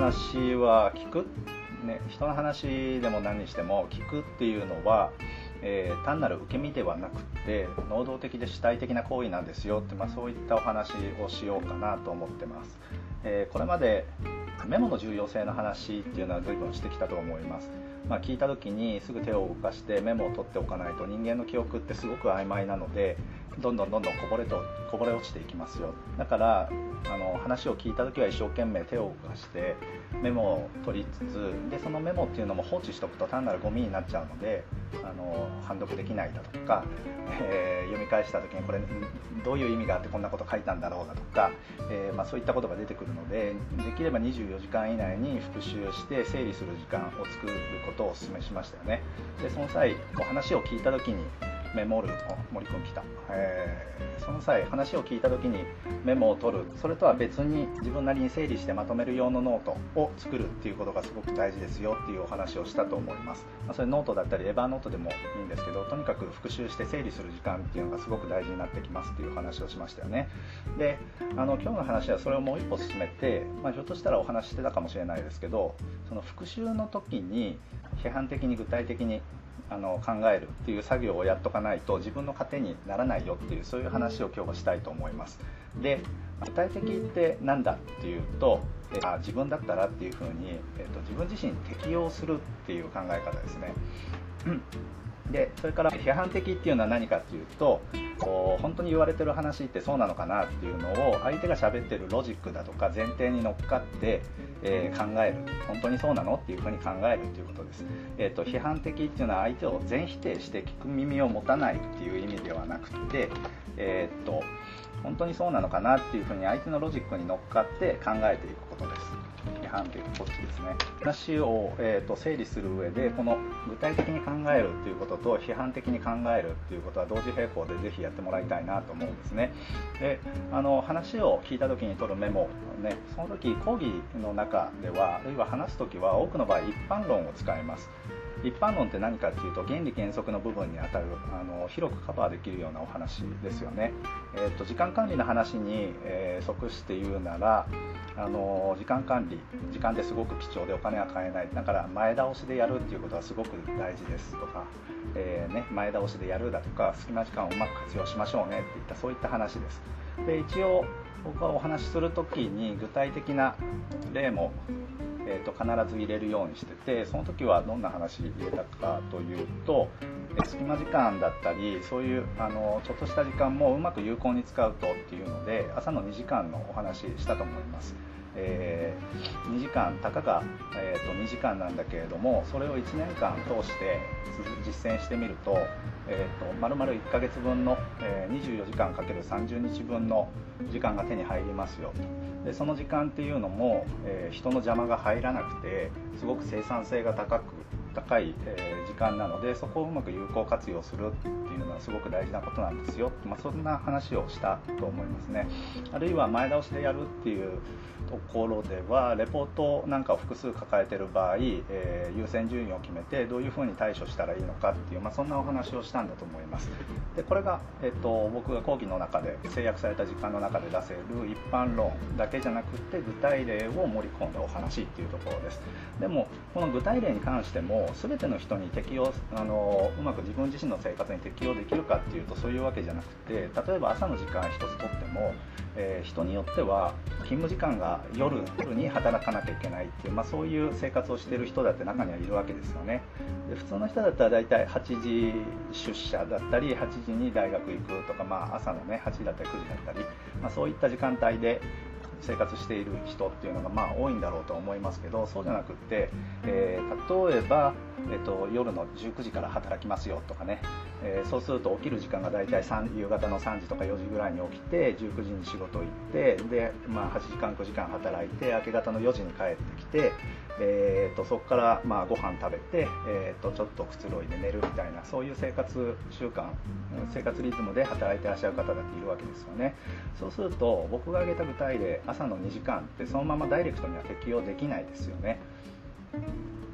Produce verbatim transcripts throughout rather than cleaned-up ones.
話は聞く、ね、人の話でも何にしても聞くっていうのは、えー、単なる受け身ではなくて能動的で主体的な行為なんですよって、まあ、そういったお話をしようかなと思ってます。えー、これまでメモの重要性の話っていうのは随分してきたと思います。まあ、聞いた時にすぐ手を動かしてメモを取っておかないと人間の記憶ってすごく曖昧なので、どんどんどんどんこぼれとこぼれ落ちていきますよ。だからあの話を聞いた時は一生懸命手を動かしてメモを取りつつ、でそのメモっていうのも放置しておくと単なるゴミになっちゃうので、あの判読できないだとか、えー、読み返した時にこれどういう意味があってこんなこと書いたんだろうだとか、えーまあ、そういったことが出てくるので、できればにじゅうよじかん以内に復習して整理する時間を作ることをお勧めしましたよね。でその際こう話を聞いた時にメモる、森君来た、えー、その際話を聞いた時にメモを取る、それとは別に自分なりに整理してまとめる用のノートを作るっていうことがすごく大事ですよっていうお話をしたと思います。まあ、それノートだったりエバーノートでもいいんですけど、とにかく復習して整理する時間っていうのがすごく大事になってきますっていう話をしましたよね。であの今日の話はそれをもう一歩進めて、まあ、ひょっとしたらお話ししてたかもしれないですけど、その復習の時に批判的に具体的にあの考えるっていう作業をやっとかないと自分の糧にならないよっていう、そういう話を今日はしたいと思います。で具体的ってなんだっていうと、えあ自分だったらっていうふうに、えーと、自分自身に適応するっていう考え方ですね。でそれから批判的っていうのは何かっていうと、こう本当に言われてる話ってそうなのかなっていうのを相手が喋ってるロジックだとか前提に乗っかって、えー、考える、本当にそうなのっていうふうに考えるっていうことです。えーと、批判的っていうのは相手を全否定して聞く耳を持たないっていう意味ではなくて、えーと本当にそうなのかなっていうふうに相手のロジックに乗っかって考えていくことです。批判的、こっちですね。話を、えーと整理する上でこの具体的に考えるっていうことと批判的に考えるっていうことは同時並行でぜひやってもらいたいなと思うんですね。であの話を聞いた時に取るメモ、ね、その時講義の中では、あるいは話す時は多くの場合一般論を使います。一般論って何かっていうと原理原則の部分にあたる、あの広くカバーできるようなお話ですよね。えーと時間管理の話に、えー、即して言うなら、あの時間管理、時間ってすごく貴重でお金は買えない、だから前倒しでやるっていうことはすごく大事ですとか、えーね、前倒しでやるだとか隙間時間をうまく活用しましょうねっていった、そういった話です。で一応僕はお話しするときに具体的な例もえー、と必ず入れるようにしてて、その時はどんな話入れたかというと、え隙間時間だったりそういうあのちょっとした時間もうまく有効に使うとっていうので、朝のにじかんのお話したと思います。えー、にじかんたかが、えー、とにじかんなんだけれども、それをいちねんかん通して実践してみると、えー、と丸々いっかげつぶんの、えー、にじゅうよじかんかけるさんじゅうにちぶんの時間が手に入りますよ。でその時間っていうのも、えー、人の邪魔が入らなくてすごく生産性が高く高い、えー、時間なので、そこをうまく有効活用するっていうのはすごく大事なことなんですよ、まあ、そんな話をしたと思いますね。あるいは前倒しでやるっていうところでは、レポートなんかを複数抱えている場合、えー、優先順位を決めてどういうふうに対処したらいいのかっていう、まあ、そんなお話をしたんだと思います。でこれが、えっと、僕が講義の中で制約された時間の中で出せる一般論だけじゃなくて具体例を盛り込んだお話っていうところです。でもこの具体例に関しても全ての人に適用あのうまく自分自身の生活に適用できるかっていうとそういうわけじゃなくて、例えば朝の時間一つとっても、えー、人によっては勤務時間が夜に働かなきゃいけないっていう、まあ、そういう生活をしている人だって中にはいるわけですよね。で普通の人だったらだいたいはちじ出社だったりはちじに大学行くとか、まあ、朝のねはちじだったりくじだったり、まあ、そういった時間帯で生活している人っていうのがまあ多いんだろうと思いますけど、そうじゃなくって、えー、例えば、えー、と夜のじゅうくじから働きますよとかね、えー、そうすると起きる時間がだいたい夕方のさんじとかよじぐらいに起きてじゅうくじに仕事行ってで、まあ、はちじかんくじかん働いて明け方のよじに帰ってきて、えー、とそこからまあご飯食べて、えー、とちょっとくつろいで寝るみたいな、そういう生活習慣生活リズムで働いてらっしゃる方だっているわけですよね。そうすると僕が挙げた具体例朝のにじかんってそのままダイレクトには適用できないですよね。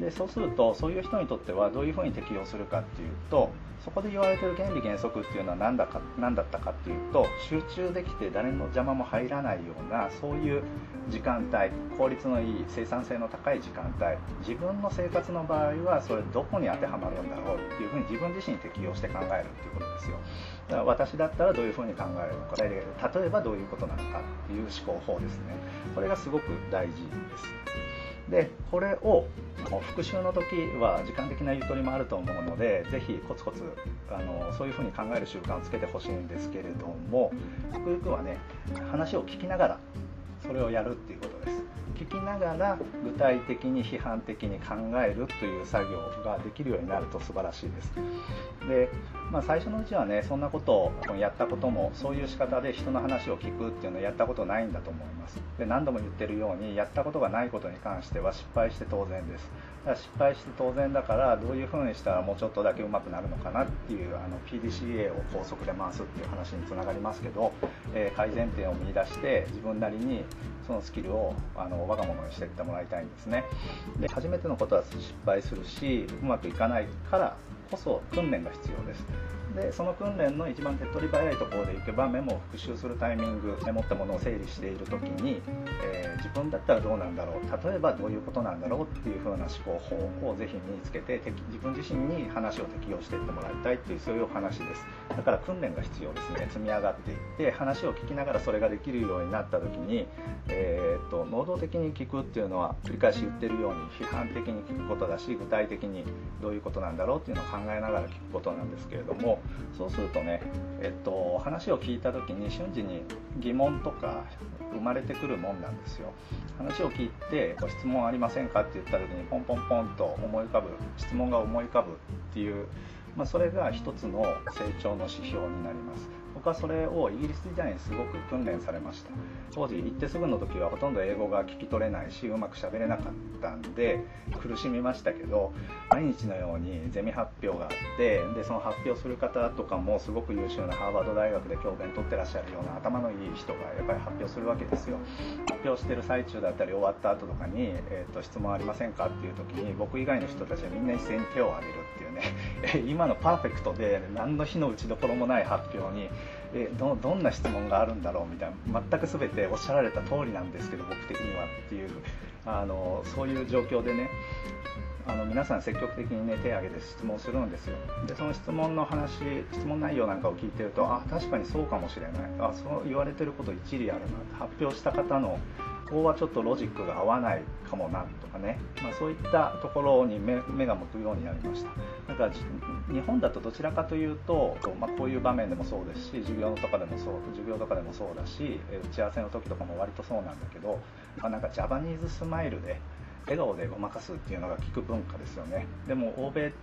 でそうするとそういう人にとってはどういうふうに適用するかっていうと、そこで言われている原理原則っていうのは何だか何だったかっていうと、集中できて誰の邪魔も入らないようなそういう時間帯、効率のいい生産性の高い時間帯、自分の生活の場合はそれどこに当てはまるんだろうっていうふうに自分自身に適用して考えるっていうことですよ。だから私だったらどういうふうに考えるのか、例えばどういうことなのかっていう思考法ですね。これがすごく大事です。でこれを復習の時は時間的なゆとりもあると思うので、ぜひコツコツあのそういうふうに考える習慣をつけてほしいんですけれども、ゆくゆくはね、話を聞きながらそれをやるっていうことです。聞きながら具体的に批判的に考えるという作業ができるようになると素晴らしいです。で、まあ、最初のうちはね、そんなことをやったことも、そういう仕方で人の話を聞くっていうのをやったことないんだと思います。で、何度も言ってるように、やったことがないことに関しては失敗して当然です。だから失敗して当然だから、どういうふうにしたらもうちょっとだけ上手くなるのかなっていう、あの ピーディーシーエー を高速で回すっていう話につながりますけど、えー、改善点を見出して自分なりにそのスキルをあの我が物にしていってもらいたいんですね。で、初めてのことは失敗するし、うまくいかないからこそ訓練が必要です。でその訓練の一番手っ取り早いところでいけば、メモを復習するタイミング、メモったものを整理している時に、えー、自分だったらどうなんだろう、例えばどういうことなんだろうっていう風な思考法をぜひ身につけて、自分自身に話を適用していってもらいたいっていう、そういうお話です。だから訓練が必要ですね。積み上がっていって話を聞きながらそれができるようになった時に、えー、と能動的に聞くっていうのは繰り返し言ってるように批判的に聞くことだし、具体的にどういうことなんだろうっていうのを考えながら聞くことなんですけれども、そうするとね、えっと、話を聞いた時に瞬時に疑問とか生まれてくるもんなんですよ。話を聞いてご質問ありませんかって言った時にポンポンポンと思い浮かぶ、質問が思い浮かぶっていう、まあ、それが一つの成長の指標になります。僕はそれをイギリス時代にすごく訓練されました。当時行ってすぐの時はほとんど英語が聞き取れないし、うまく喋れなかったんで苦しみましたけど、毎日のようにゼミ発表があって、でその発表する方とかもすごく優秀なハーバード大学で教鞭取ってらっしゃるような頭のいい人がやっぱり発表するわけですよ。発表してる最中だったり終わった後とかに、えーと、質問ありませんかっていう時に、僕以外の人たちはみんな一斉に手を挙げるっていうね今のパーフェクトで何の火の打ちどころもない発表にえ ど, どんな質問があるんだろうみたいな、全く全ておっしゃられた通りなんですけど僕的にはっていう、あのそういう状況でね、あの皆さん積極的にね手を挙げて質問するんですよ。でその質問の話、質問内容なんかを聞いてると、あ確かにそうかもしれない、あそう言われてること一理あるな、発表した方のここはちょっとロジックが合わないかもなとかね、まあ、そういったところに 目, 目が向くようになりました。だから日本だとどちらかというと、まあ、こういう場面でもそうですし、授業とかでもそう授業とかでもそうだし、打ち合わせの時とかも割とそうなんだけど、まあ、なんかジャパニーズスマイルで笑顔でごまかすっていうのが効く文化ですよね。でも欧米って、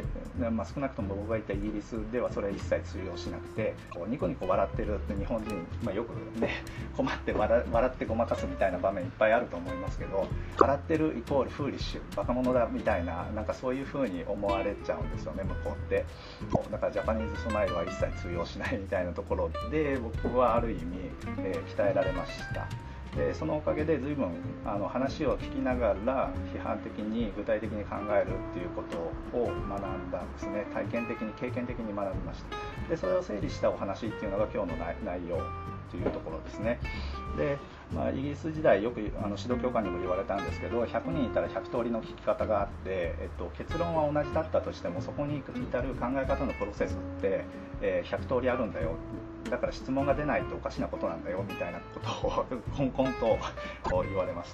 まあ、少なくとも僕がいたイギリスではそれは一切通用しなくて、こうニコニコ笑ってるって日本人、まあ、よくね困って笑笑ってごまかすみたいな場面いっぱいあると思いますけど、笑ってるイコールフーリッシュ、バカ者だみたいな、なんかそういう風に思われちゃうんですよね、向こうって。だからジャパニーズスマイルは一切通用しないみたいなところで、僕はある意味、えー、鍛えられました。でそのおかげで随分あの話を聞きながら批判的に具体的に考えるっていうことを学んだんですね。体験的に経験的に学びました。でそれを整理したお話っていうのが今日の内容というところですね。で、まあ、イギリス時代よくあの指導教官にも言われたんですけど、ひゃくにんいたらひゃく通りの聞き方があって、えっと、結論は同じだったとしてもそこに至る考え方のプロセスって、えー、ひゃく通りあるんだよ、だから質問が出ないとおかしなことなんだよみたいなことをコンコンと言われました。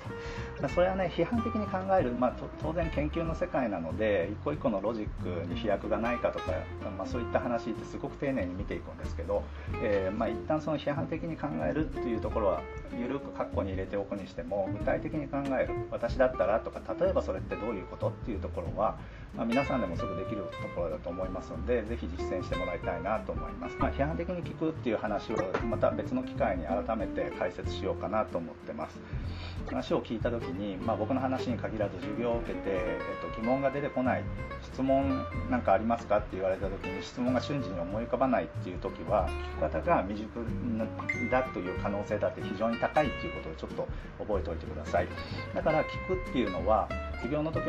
それはね、批判的に考える、まあ、当然研究の世界なので一個一個のロジックに飛躍がないかとか、まあ、そういった話ってすごく丁寧に見ていくんですけど、えーまあ、一旦その批判的に考えるっていうところは緩く括弧に入れておくにしても、具体的に考える、私だったらとか、例えばそれってどういうことっていうところは、まあ、皆さんでもすぐできるところだと思いますので、ぜひ実践してもらいたいなと思います。まあ、批判的に聞くっていう話をまた別の機会に改めて解説しようかなと思ってます。話を聞いた時に、まあ、僕の話に限らず授業を受けて、えっと、疑問が出てこない、質問なんかありますかって言われた時に質問が瞬時に思い浮かばないっていう時は、聞き方が未熟だという可能性だって非常に高いっていうことをちょっと覚えておいてください。だから聞くっていうのは授業の時も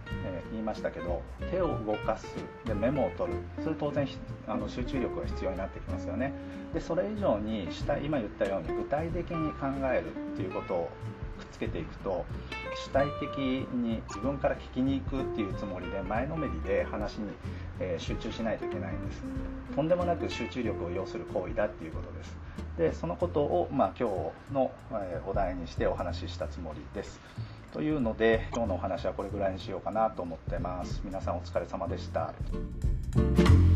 えー、言いましたけど、手を動かす、でメモを取る、それ当然あの集中力が必要になってきますよね。でそれ以上にした今言ったように具体的に考えるっていうことをくっつけていくと、主体的に自分から聞きに行くっていうつもりで前のめりで話に、えー、集中しないといけないんです。とんでもなく集中力を要する行為だっていうことです。でそのことを、まあ、今日の、えー、お題にしてお話ししたつもりです。というので今日のお話はこれぐらいにしようかなと思ってます。皆さんお疲れ様でした。